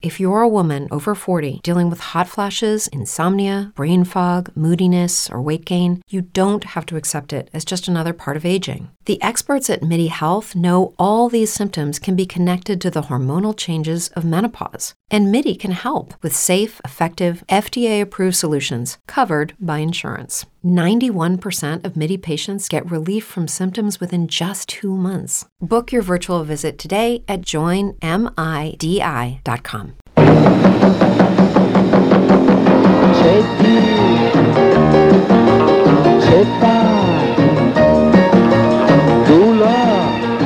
If you're a woman over 40 dealing with hot flashes, insomnia, brain fog, moodiness, or weight gain, you don't have to accept it as just another part of aging. The experts at MIDI Health know all these symptoms can be connected to the hormonal changes of menopause. And MIDI can help with safe, effective, FDA-approved solutions covered by insurance. 91% of MIDI patients get relief from symptoms within just 2 months. Book your virtual visit today at joinmidi.com. C'è chi, c'è pa, tu là,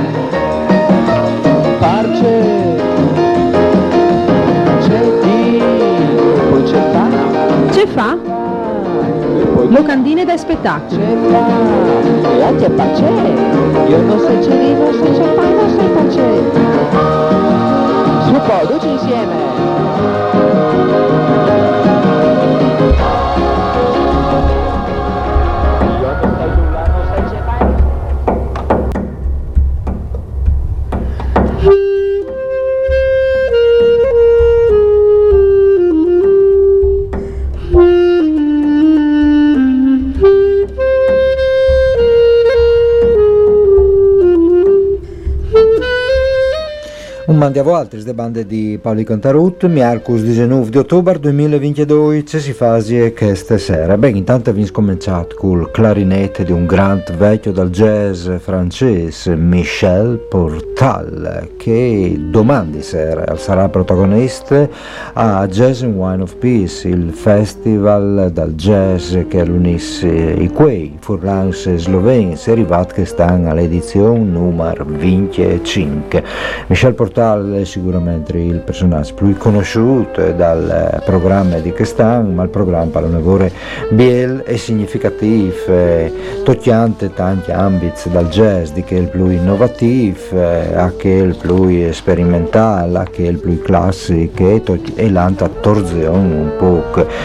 parce, c'è chi, poi c'è pa. C'è fa? Locandine da spettacolo. C'è pa, là c'è pa c'è, io non so c'è lì, non so c'è pa, non so pa c'è. Su po', tutti insieme. Un mandiavo altri de bande di Paoli Cantarut, miarcus 19 di ottobre 2022 si fasi questa sera. Beh, intanto vi scominciato col clarinetto di un grande vecchio del jazz francese, Michel Portal, che domani sera sarà protagonista a Jazz and Wine of Peace, il festival del jazz che riunisce i quei furlans sloveni arrivati che stanno all'edizione numero 25. Michel Portal è sicuramente il personaggio più conosciuto dal programma di quest'anno, ma il programma per un lavoro biel e significativo, tocchiante tanti ambiti dal jazz, di che il più innovativo, a che il più sperimentale, a che il più classico e l'anta torzione un po'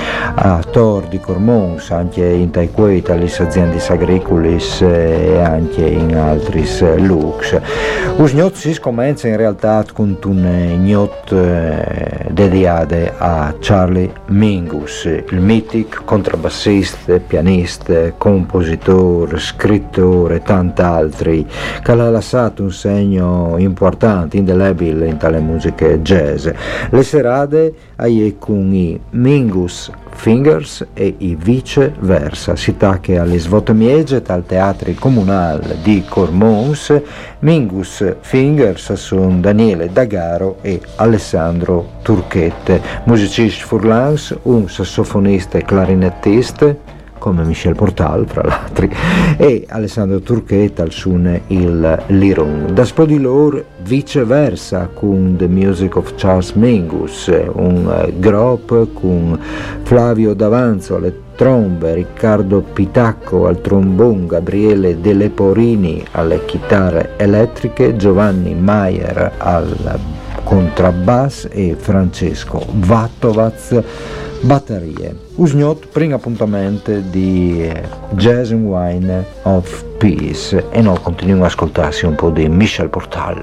a tor di Cormons, anche in Taiquet, alle aziende agricole e anche in altri lux. Usgnot si comincia in realtà con un gnot dedicato a Charlie Mingus, il mitico contrabbassista, pianista, compositore, scrittore e tanti altri, che ha lasciato un segno importante, indelebile in tale musica jazz. Le serate ai con i Mingus Fingers e i viceversa. Si tacca alle svuotamiege al Teatro Comunale di Cormons. Mingus Fingers sono Daniele Dagaro e Alessandro Turchette, musicisti furlans, un sassofonista e clarinettista come Michel Portal fra l'altro, e Alessandro Turchetta al suone il liron. Da di loro viceversa con The Music of Charles Mingus, un gruppo con Flavio D'Avanzo alle trombe, Riccardo Pitacco al trombone, Gabriele De Leporini alle chitarre elettriche, Giovanni Maier al contrabbass e Francesco Vattovaz batterie. Usgnot primo appuntamento di Jazz and Wine of Peace e noi continuiamo ad ascoltarsi un po' di Michel Portal.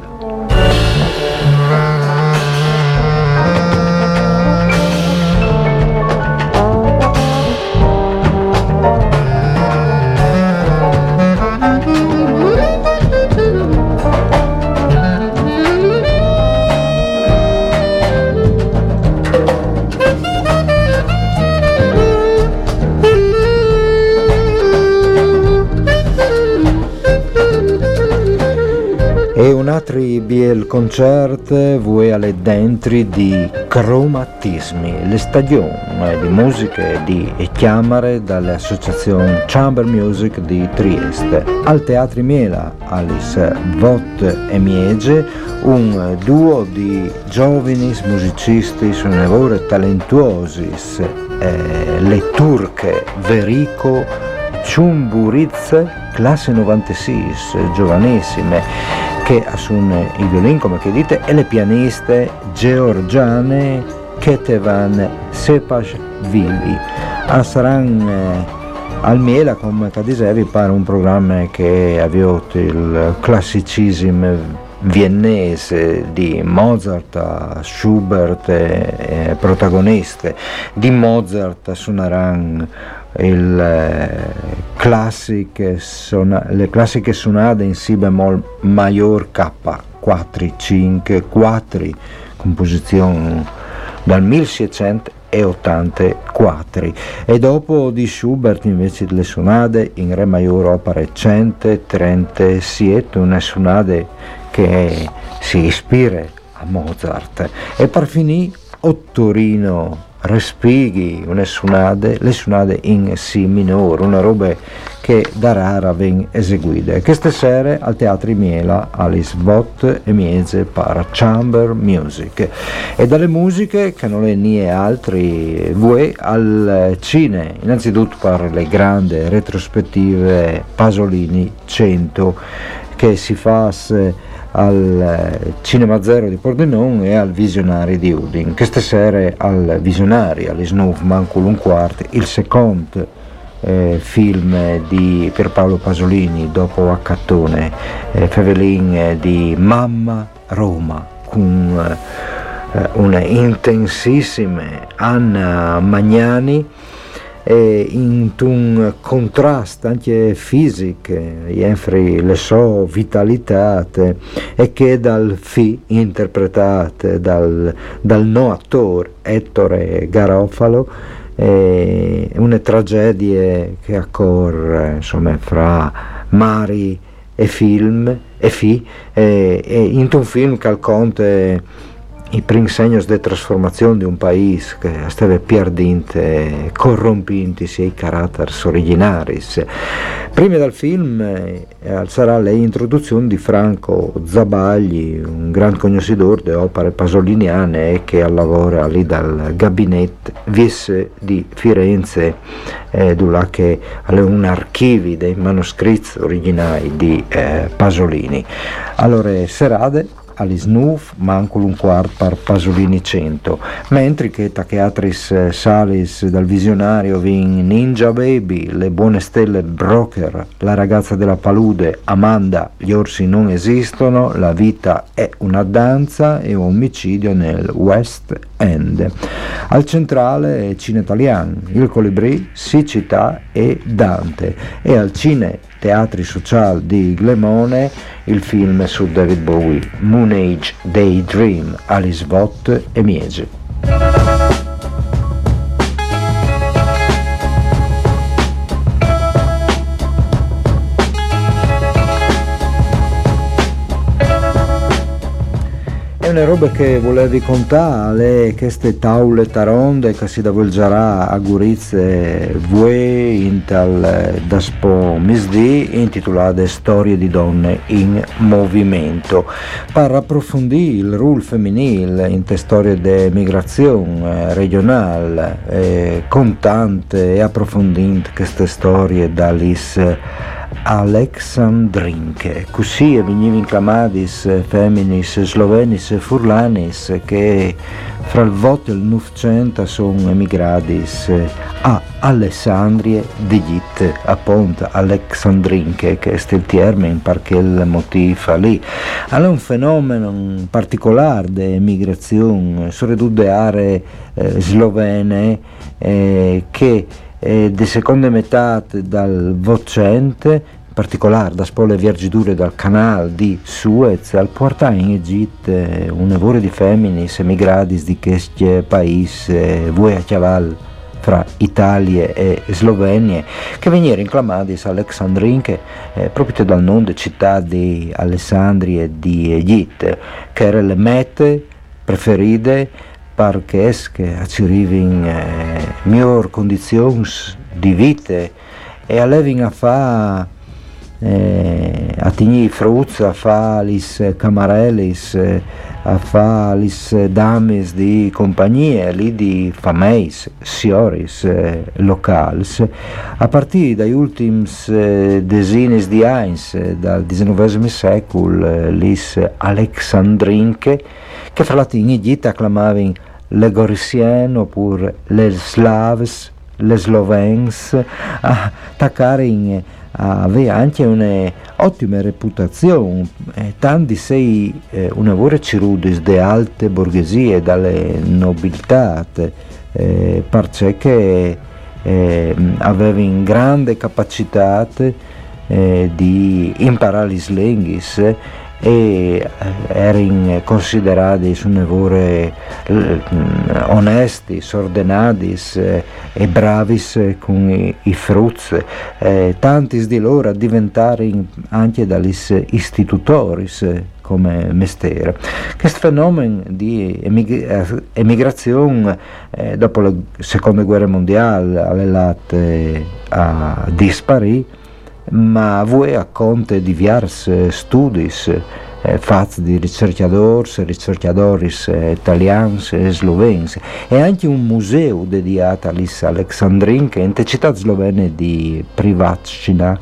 Il concerto vuoi alle dentri di Cromatismi, le stagioni di musiche di chiamare dalle associazioni Chamber Music di Trieste. Al Teatro Miela, Alice Vot e Miege, un duo di giovani musicisti suonatori talentuosi, le turche Verico Ciumburizze, classe 96, giovanissime, che assume il violino, come che dite, e le pianiste georgiane Ketevan Sepashvili. Saranno al Miela, come che dicevi, per un programma che ha avuto il classicismo viennese, di Mozart a Schubert protagoniste. Di Mozart suoneranno le classiche sonate in si bemoll maggior K454, composizione dal 1684, e dopo di Schubert invece le sonate in re maggiore opere 137, una sonate che si ispira a Mozart. E per finire Ottorino Respighi, le sonate in si minore, una roba che da rara viene eseguita. Queste sere al Teatro Miela alle svot e mieze per chamber music, e dalle musiche che non le nie altri voi al cine, innanzitutto per le grandi retrospettive Pasolini 100 che si fa al Cinema Zero di Pordenone e al Visionari di Udin. Queste sere al Visionari, alle 9 mancul un quarto, il secondo film di Pierpaolo Pasolini dopo Accattone, Fevelin di Mamma Roma, con una intensissima Anna Magnani, in un contrasto anche fisico, le sue vitalità, e che dal interpretate dal no attore Ettore Garofalo, una tragedia che accorre insomma fra mari e film e in un film che racconta i primi segni di trasformazione di un paese che stava perdendo e corrompendo i caratteri originari. Prima del film sarà l'introduzione di Franco Zabagli, un gran conoscitore di opere pasoliniane e che lavora lì dal gabinetto Viesse di Firenze, dove che ha un archivio dei manoscritti originali di Pasolini. Allora, serate alle 9 mancul un quarto per Pasolini 100, mentre che tacheatris salis dal Visionario vin Ninja Baby, Le buone stelle Broker, La ragazza della palude, Amanda, Gli orsi non esistono, La vita è una danza e un omicidio nel West End. Al centrale Cine Italiano, Il Colibrì, Siccità e Dante, e al Cine Teatri Social di Glemone il film su David Bowie, Moon Age Daydream, Alice Vought e Miege. È una roba che volevi contare, queste taule taronde che si davvolgerà a Gurizze Vue in tal daspo misdì, intitolate Storie di donne in movimento, per approfondire il ruolo femminile in te storie di migrazione regionale, contante e approfondendo queste storie dall'is Alexandrinche, così veniva inclamadis feminis slovenis e furlanis che fra il voto e il 900 sono emigradis a Alessandrie d'Egitto, appunto Alexandrinche, che è il termine perché il motivo lì. Allora un fenomeno particolare di emigrazione, soprattutto di aree slovene che di seconda metà dal Vocente, in particolare da spole viaggiature dal canale di Suez, al portare in Egitto un evore di femmine emigradis di questi paesi, voi a cavallo fra Italia e Slovenia, che venivano inclamati Alexandrinche proprio dal nome di città di Alessandria di Egitto, che erano le mete preferite perché che arrivano migliori condizioni di vita e arrivano a fare a tenere frutti, a fare le camarellis, a fare le dames di compagnia, lì di fameis, sioris locali, a partire dagli ultimi decine di anni dal XIX secolo, lis Alexandrinche, che fra l'altro in Egitto acclamavano le Gorissien oppure le Slaves, le Slovens, a attaccare aveva anche un'ottima reputazione, tanti sei una vera cirudis de alte borghesie, dalle nobiltà, perché aveva in grande capacità di imparare le lingue e erano considerati un'evore onesti, ordenati e bravi con i frutti. Tanti di loro diventarono anche dagli istitutori come mestiere. Questo fenomeno di emigrazione dopo la seconda guerra mondiale è a disparì, ma voi a conte di diversi studi fatti di ricercatori italiani e sloveni, e anche un museo dedicato all'Alexandrinka in città slovene di Privacina,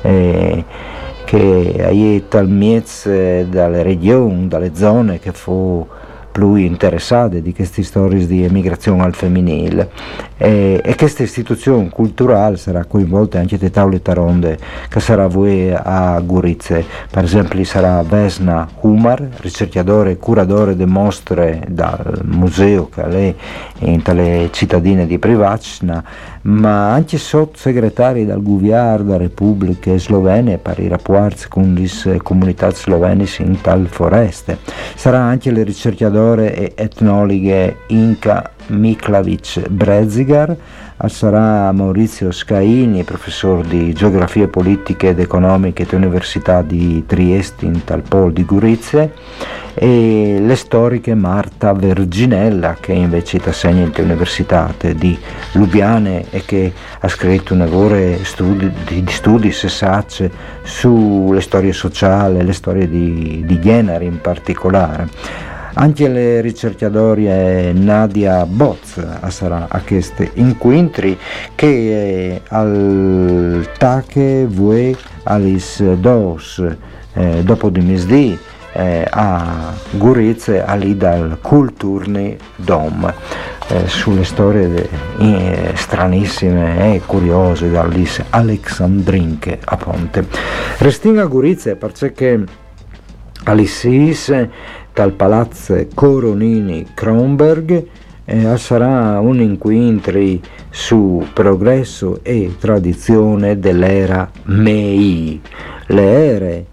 che è talmente dalle regioni, dalle zone che fu più interessate di queste storie di emigrazione al femminile, e questa istituzione culturale sarà coinvolta anche da tavole taronde che sarà voi a Gurize. Per esempio sarà Vesna Humar, ricercatore e curatore di mostre dal museo che è in tale cittadine di Privacna, ma anche sottosegretario dal Governo della Repubblica Slovene per i rapporti con le comunità slovene in tal foreste. Sarà anche il ricercatore e etnologhe Inka Miklavic Brezigar, sarà Maurizio Scaini, professore di geografie politiche ed economiche dell'Università di Trieste in tal pol di Gurize, e le storiche Marta Verginella, che invece insegna all'Università di Lubiane e che ha scritto un lavoro di studi sacce sulle storie sociali, le storie di Genere in particolare. Anche le ricercatori Nadia Boz sarà a questi incontri che al tache voi alis dos dopo di misdì a Gurize ali dal Kulturni Dom sulle storie stranissime e curiose dall'is Alexandrinke a Ponte. Restinga a Gurize perché all'Issis dal palazzo Coronini Kronberg sarà un incontro su progresso e tradizione dell'era Mei. Le ere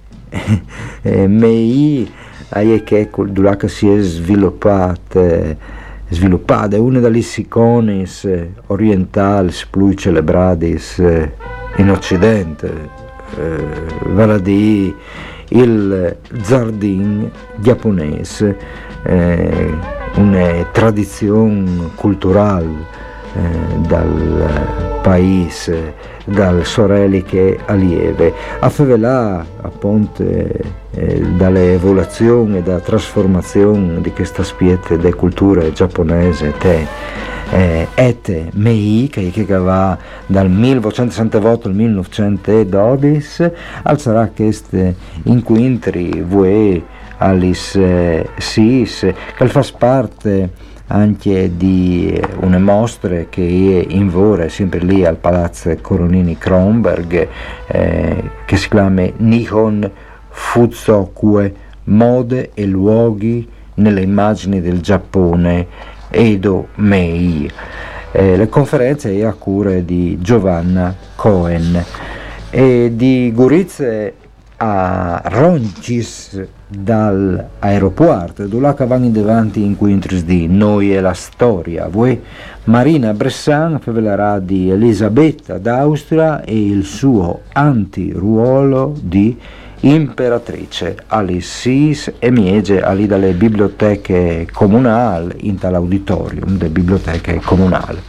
Mei che si è sviluppata è una delle icone orientali più celebrate in Occidente, vale a dire il giardino giapponese, una tradizione culturale dal paese, dal sorelliche allieve, affevelà appunto dalle evoluzioni e da trasformazione di questa spiete de culture giapponese Mei, che va dal 1968 al 1912, sarà questi incontri voi all'is SIS, che fa parte anche di una mostra che è in vore sempre lì al Palazzo Coronini Kronberg, che si chiama Nihon Fuzokue, mode e luoghi nelle immagini del Giappone Edo Mei. Le conferenze è a cura di Giovanna Cohen, e di Gurize a Roncis dall'aeroporto, dove vanno in davanti incontri di Noi e la storia. Voi Marina Bressan parlerà di Elisabetta d'Austria e il suo antiruolo di imperatrice all'Issis e miege ali dalle biblioteche comunali in dall'auditorium delle biblioteche comunali.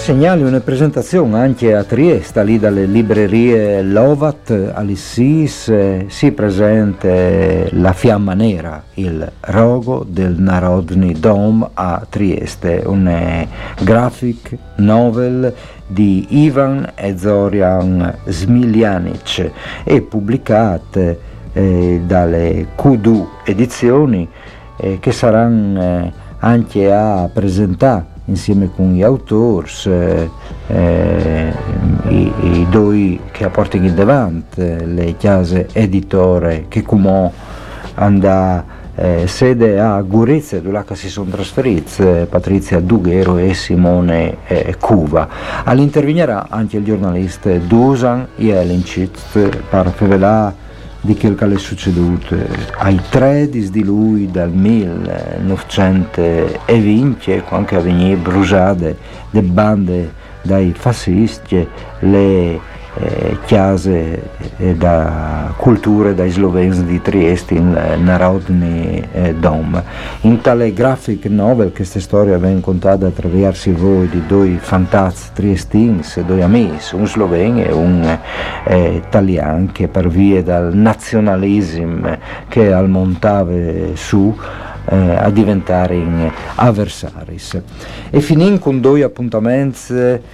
Segnali una presentazione anche a Trieste, lì dalle librerie Lovat all'Issis si presenta La Fiamma Nera, il rogo del Narodny Dom a Trieste, un graphic novel di Ivan e Zorian Smiljanic e pubblicate dalle Kudu Edizioni che saranno anche a presentare insieme con gli autori i due che portano in davanti le case editore che come hanno sede a Gorizia, dove si sono trasferiti Patrizia Dughero e Simone Cuva. All'intervignerà anche il giornalista Dusan Jelincic per rivelare di quel che è succeduto ai 13 di lui dal 1920, quando venivano bruciate le bande dai fascisti, le chiese da culture dai sloveni di Trieste in Narodny Dom. In tale graphic novel questa storia viene contata attraverso voi di due fantastici triestini, due amici, un sloveno e un italiano che per via dal nazionalismo che almontava su a diventare in avversari. E finì con due appuntamenti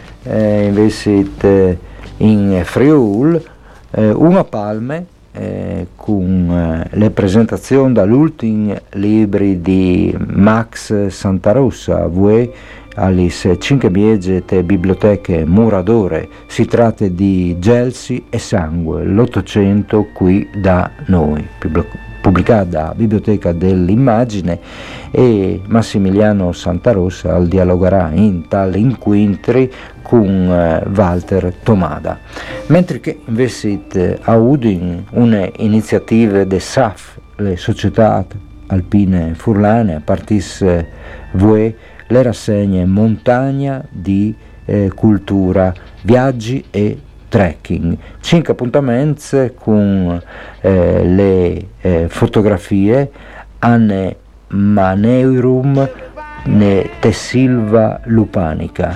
invece in Friuli, una Palme con le presentazioni dall'ultimo libro di Max Santarossa, alle 5 biege te biblioteche Muradore. Si tratta di Gelsi e Sangue, l'Ottocento qui da noi, pubblicata da Biblioteca dell'Immagine, e Massimiliano Santarossa dialogherà in tali incontri con Walter Tomada. Mentre che invece a Udin un'iniziativa de SAF, le società alpine furlane, a partisse le rassegne Montagna di cultura, viaggi e trekking, 5 appuntamenti con le fotografie Anne Maneurum ne Tessilva Lupanica,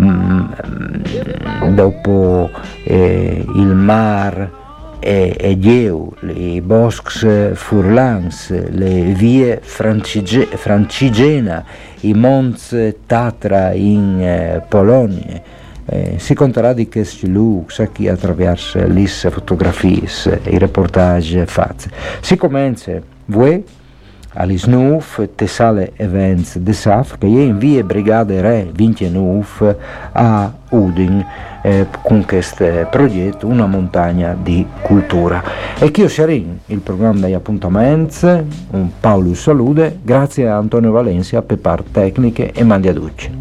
dopo il mar Egeu, i boschi furlans, le vie francigena, i Monts Tatra in Polonia. Si conterà di che chi attraverso le fotografie, i reportage fatti. Si comincia all'Isnuf, Tessale Events de SAF, che è in via Brigade Re 29 a Udin, con questo progetto Una montagna di cultura. E chi Sharin, il programma degli appuntamenti, un Paolo Salude, grazie a Antonio Valencia per parte tecniche e mandi a Ducci.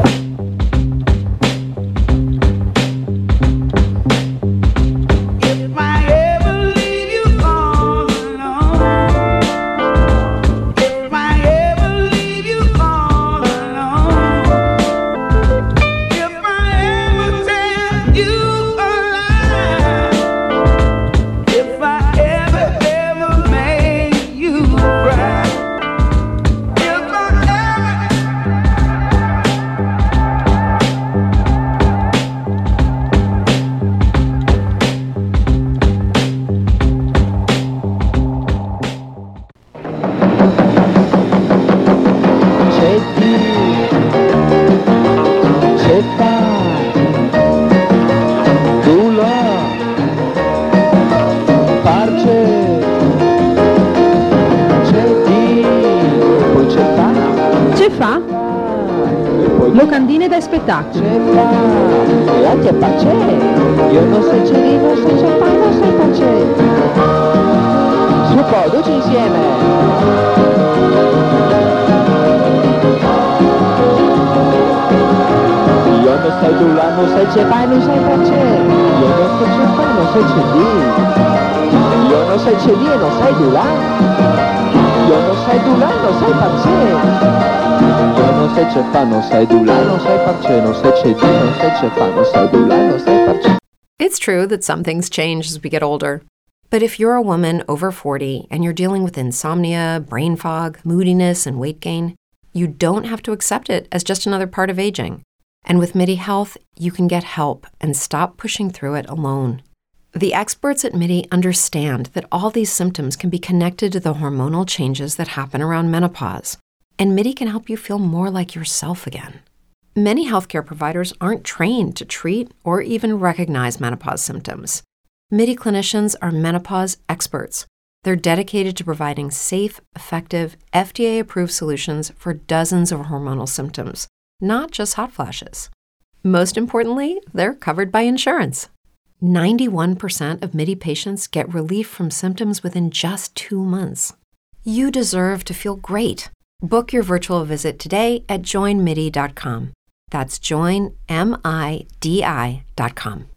Locandine da spettacolo. La c'è pace. Io non so cerino, se c'è pane, non sei pace. Su poduci insieme. Io non sei dulla, non sei c'è pane, non sei pace. Io non so c'è pane, non sei c'è di. Io non sei c'è di e non sei dulla. Io non sei dulla, non sei pace. Non sei c'è fa, non sei dula, non sei parce, non sei c'è di, non sei c'è fa, non sei dula, non sei parce. It's true that some things change as we get older. But if you're a woman over 40 and you're dealing with insomnia, brain fog, moodiness, and weight gain, you don't have to accept it as just another part of aging. And with MIDI Health, you can get help and stop pushing through it alone. The experts at MIDI understand that all these symptoms can be connected to the hormonal changes that happen around menopause, and MIDI can help you feel more like yourself again. Many healthcare providers aren't trained to treat or even recognize menopause symptoms. MIDI clinicians are menopause experts. They're dedicated to providing safe, effective, FDA-approved solutions for dozens of hormonal symptoms, not just hot flashes. Most importantly, they're covered by insurance. 91% of MIDI patients get relief from symptoms within just 2 months. You deserve to feel great. Book your virtual visit today at joinmidi.com. That's joinmidi.com.